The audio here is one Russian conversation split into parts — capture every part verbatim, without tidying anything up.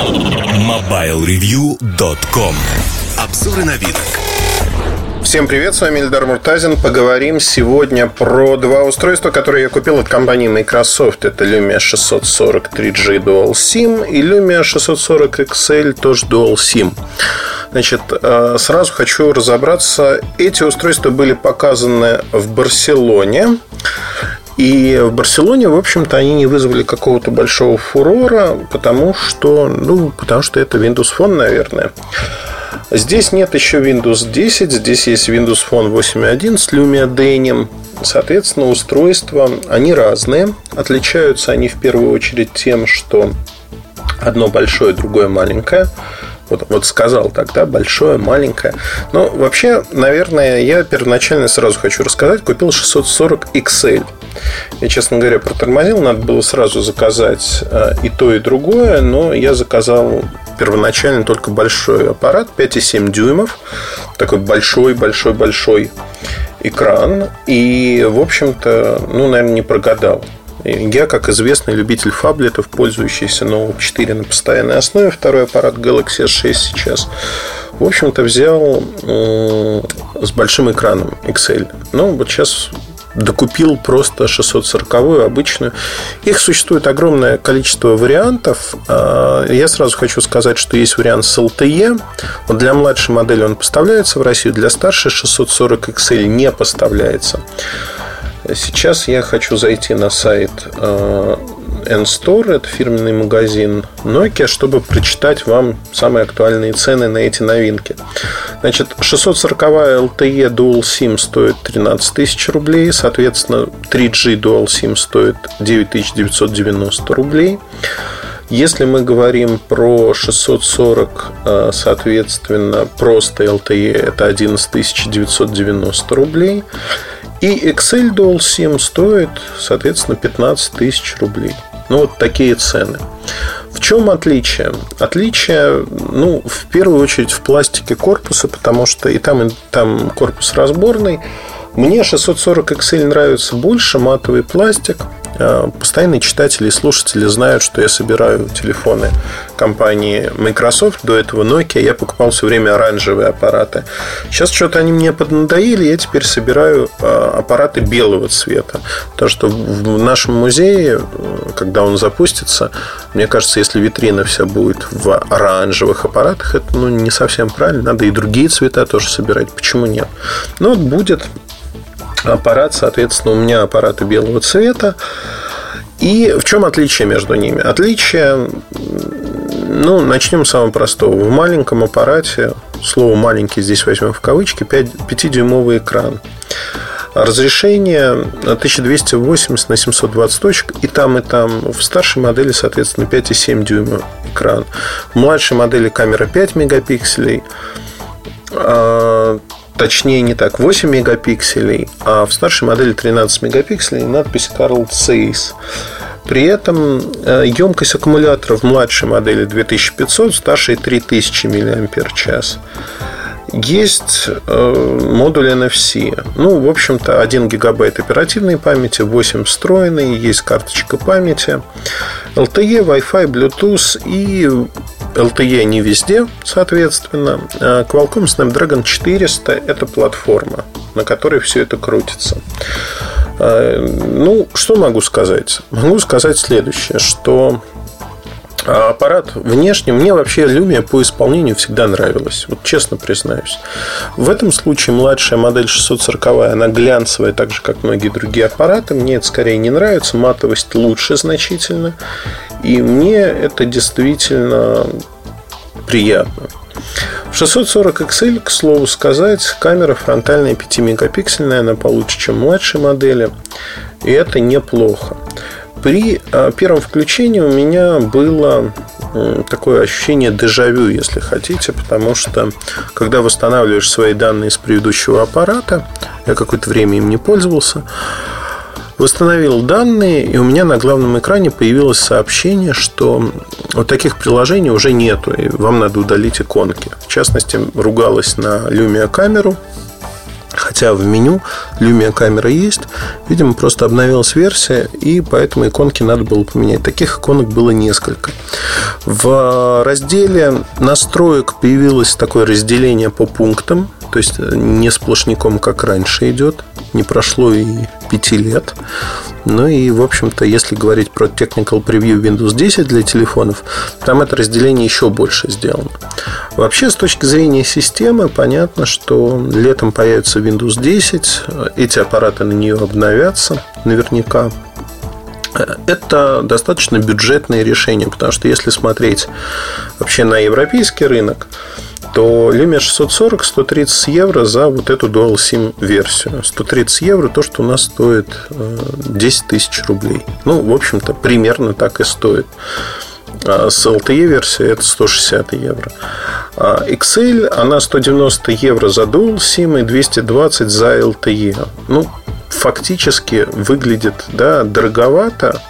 мобайл ревью точка ком. Обзоры новинок. Всем привет, с вами Эльдар Муртазин. Поговорим сегодня про два устройства, которые я купил от компании Microsoft. Это Lumia шестьсот сорок три джи Dual SIM и Lumia шестьсот сорок икс эль тоже Dual SIM. Значит, сразу хочу разобраться. Эти устройства были показаны в Барселоне. И в Барселоне, в общем-то, они не вызвали какого-то большого фурора, потому что, ну, потому что это Windows Phone, наверное. Здесь нет еще Windows десять, здесь есть Windows Phone восемь точка один с Lumia Denim. Соответственно, устройства, они разные. Отличаются они в первую очередь тем, что одно большое, другое маленькое. Вот, вот сказал тогда большое, маленькое. Но вообще, наверное, я первоначально сразу хочу рассказать. Купил шестьсот сорок икс эль. Я, честно говоря, протормозил. Надо было сразу заказать и то, и другое. Но я заказал первоначально только большой аппарат пять и семь дюймов. Такой большой-большой-большой экран. И, в общем-то, ну, наверное, не прогадал. Я, как известный любитель фаблетов, пользующийся Note четыре на постоянной основе, второй аппарат Galaxy эс шесть сейчас, в общем-то, взял э, с большим экраном икс эль. Но вот сейчас докупил просто шестьсот сороковую обычную. Их существует огромное количество вариантов. Я сразу хочу сказать, что есть вариант с эл ти и. Вот для младшей модели он поставляется в Россию, для старшей шестьсот сорок икс эль не поставляется. Сейчас я хочу зайти на сайт N-Store, это фирменный магазин Nokia, чтобы прочитать вам самые актуальные цены на эти новинки. Значит, шестьсот сороковая эл ти и Dual SIM стоит тринадцать тысяч рублей, соответственно, три джи Dual SIM стоит девять тысяч девятьсот девяносто рублей. Если мы говорим про шестьсот сорок, соответственно, просто эл ти и, это одиннадцать тысяч девятьсот девяносто рублей. И икс эль Dual SIM стоит, соответственно, пятнадцать тысяч рублей. Ну, вот такие цены. В чем отличие? Отличие, ну, в первую очередь в пластике корпуса, потому что и там, и там корпус разборный. Мне шестьсот сорок икс эль нравится больше, матовый пластик. Постоянные читатели и слушатели знают, что я собираю телефоны компании Microsoft. До этого Nokia. Я покупал все время оранжевые аппараты. Сейчас что-то они мне поднадоели. Я теперь собираю аппараты белого цвета. Потому что в нашем музее, когда он запустится, мне кажется, если витрина вся будет в оранжевых аппаратах, это, ну, не совсем правильно. Надо и другие цвета тоже собирать. Почему нет? Ну, вот будет аппарат, соответственно, у меня аппараты белого цвета. И в чем отличие между ними? Отличие, ну, начнем с самого простого. В маленьком аппарате, слово «маленький» здесь возьмем в кавычки, пятидюймовый экран. Разрешение тысяча двести восемьдесят на семьсот двадцать точек. И там, и там. В старшей модели, соответственно, пять и семь дюйма экран. В младшей модели камера пять мегапикселей. Точнее, не так, восемь мегапикселей, а в старшей модели тринадцать мегапикселей, надпись Carl Zeiss. При этом емкость аккумулятора в младшей модели две тысячи пятьсот, в старшей три тысячи мАч. Есть модуль эн эф си. Ну, в общем-то, один гигабайт оперативной памяти, восемь встроенной, есть карточка памяти, эл ти и, Wi-Fi, Bluetooth и эл ти и не везде, соответственно. Qualcomm Snapdragon четыреста – это платформа, на которой все это крутится. Ну, что могу сказать? Могу сказать следующее, что аппарат внешне мне вообще Lumia по исполнению всегда нравилась. Вот честно признаюсь. В этом случае младшая модель шестьсот сороковая, она глянцевая, так же как многие другие аппараты. Мне это скорее не нравится. Матовость лучше значительно. И мне это действительно приятно. В шестьсот сорок икс эль, к слову сказать, камера фронтальная пятимегапиксельная, она получше, чем в младшей модели. И это неплохо. При первом включении у меня было такое ощущение дежавю, если хотите, потому что когда восстанавливаешь свои данные с предыдущего аппарата, я какое-то время им не пользовался, восстановил данные, и у меня на главном экране появилось сообщение, что вот таких приложений уже нету, и вам надо удалить иконки. В частности, ругалась на Lumia камеру, Хотя в меню Lumia камера есть. Видимо, просто обновилась версия, и поэтому иконки надо было поменять. Таких иконок было несколько. В разделе настроек появилось такое разделение по пунктам. То есть не сплошняком, как раньше идет. Не прошло и пяти лет. Ну и, в общем-то, если говорить про Technical Preview Windows десять для телефонов, там это разделение еще больше сделано. Вообще, с точки зрения системы, понятно, что летом появится Windows десять. Эти аппараты на нее обновятся наверняка. Это достаточно бюджетное решение, потому что если смотреть вообще на европейский рынок, то Lumia шестьсот сорок сто тридцать евро за вот эту Dual SIM версию. сто тридцать евро то, что у нас стоит десять тысяч рублей. Ну, в общем-то, примерно так и стоит. С эл ти и-версией это сто шестьдесят евро. икс эль, она сто девяносто евро за Dual SIM и двести двадцать за эл ти и. Ну, фактически выглядит, да, дороговато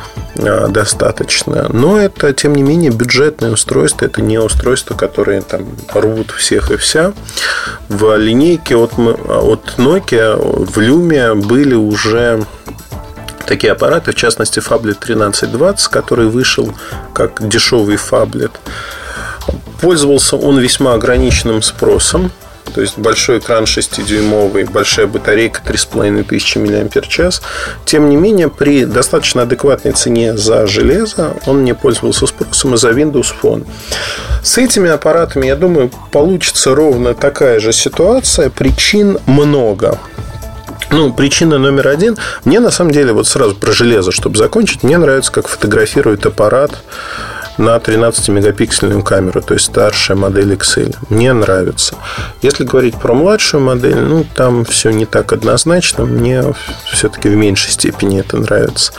достаточно, но это, тем не менее, бюджетное устройство. Это не устройство, которое там рвут всех и вся. В линейке от, от Nokia в Lumia были уже такие аппараты, в частности Phablet тринадцать двадцать, который вышел как дешевый фаблет. Пользовался он весьма ограниченным спросом. То есть большой экран шестидюймовый, большая батарейка три с половиной тысячи миллиампер-час. Тем не менее, при достаточно адекватной цене за железо он не пользовался спросом из-за Windows Phone. С этими аппаратами, я думаю, получится ровно такая же ситуация. Причин много. Ну, причина номер один. Мне, на самом деле, вот сразу про железо, чтобы закончить, мне нравится, как фотографирует аппарат на тринадцатимегапиксельную камеру, то есть старшая модель икс эль. Мне нравится. Если говорить про младшую модель, ну, там все не так однозначно. Мне все-таки в меньшей степени это нравится.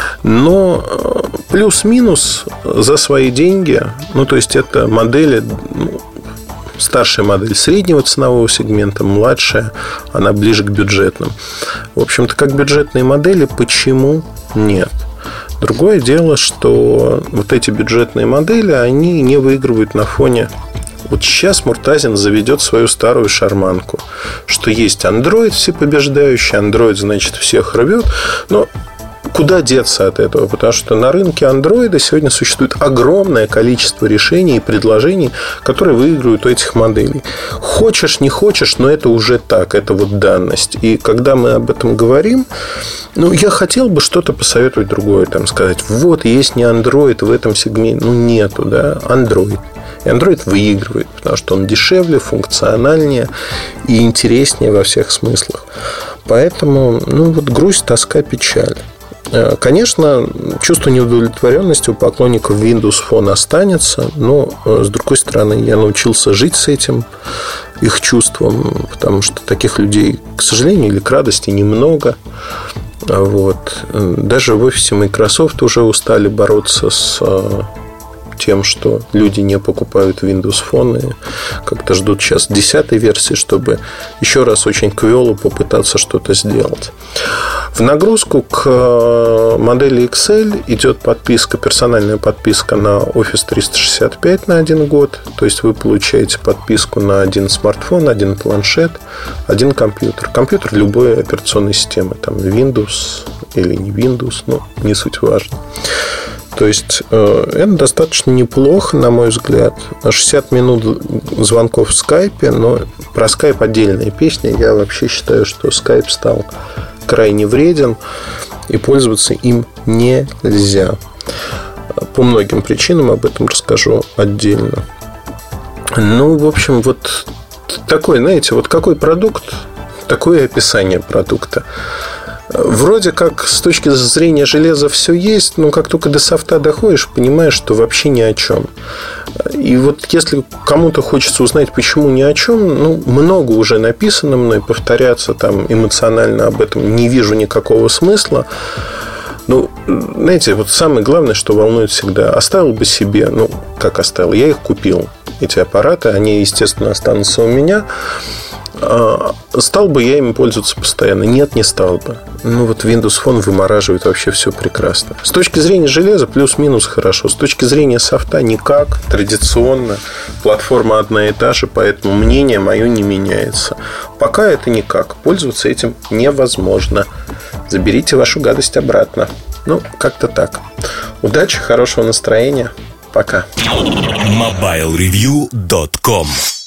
Но плюс-минус за свои деньги, ну, то есть это модели, ну, старшая модель среднего ценового сегмента, младшая, она ближе к бюджетным. В общем-то, как бюджетные модели, почему нет? Другое дело, что вот эти бюджетные модели, они не выигрывают на фоне. Вот сейчас Муртазин заведет свою старую шарманку, что есть Android всепобеждающий, Android, значит, всех рвет. Но куда деться от этого? Потому что на рынке Android сегодня существует огромное количество решений и предложений, которые выигрывают у этих моделей. Хочешь, не хочешь, но это уже так, это вот данность. И когда мы об этом говорим, ну, я хотел бы что-то посоветовать другое, там сказать, вот есть не Android в этом сегменте, ну, нету, да, Android. И Android выигрывает, потому что он дешевле, функциональнее и интереснее во всех смыслах. Поэтому, ну, вот грусть, тоска, печаль. Конечно, чувство неудовлетворенности у поклонников Windows Phone останется, но, с другой стороны, я научился жить с этим их чувством, потому что таких людей, к сожалению, или к радости, немного. Вот. Даже в офисе Microsoft уже устали бороться с тем, что люди не покупают Windows Phone и как-то ждут сейчас десятой версии, чтобы еще раз очень квело попытаться что-то сделать. В нагрузку к модели икс эль идет подписка, персональная подписка на Office триста шестьдесят пять на один год. То есть вы получаете подписку на один смартфон, один планшет, один компьютер. Компьютер любой операционной системы, там Windows или не Windows, но не суть важно. То есть это достаточно неплохо, на мой взгляд. шестьдесят минут звонков в скайпе, но про скайп отдельная песня. Я вообще считаю, что скайп стал крайне вреден, и пользоваться им нельзя. По многим причинам, об этом расскажу отдельно. Ну, в общем, вот такой, знаете, вот какой продукт, такое описание продукта. Вроде как с точки зрения железа все есть, но как только до софта доходишь, понимаешь, что вообще ни о чем. И вот если кому-то хочется узнать, почему ни о чем, ну, много уже написано мной, повторяться там эмоционально об этом не вижу никакого смысла. Ну, знаете, вот самое главное, что волнует всегда, оставил бы себе, ну, как оставил, я их купил, эти аппараты, они, естественно, останутся у меня. Стал бы я ими пользоваться постоянно? Нет, не стал бы. Ну вот Windows Phone вымораживает вообще все прекрасно. С точки зрения железа плюс-минус хорошо. С точки зрения софта никак. Традиционно. Платформа одна и та же, поэтому мнение мое не меняется. Пока это никак. Пользоваться этим невозможно. Заберите вашу гадость обратно. Ну, как-то так. Удачи, хорошего настроения. Пока. мобайл ревью точка ком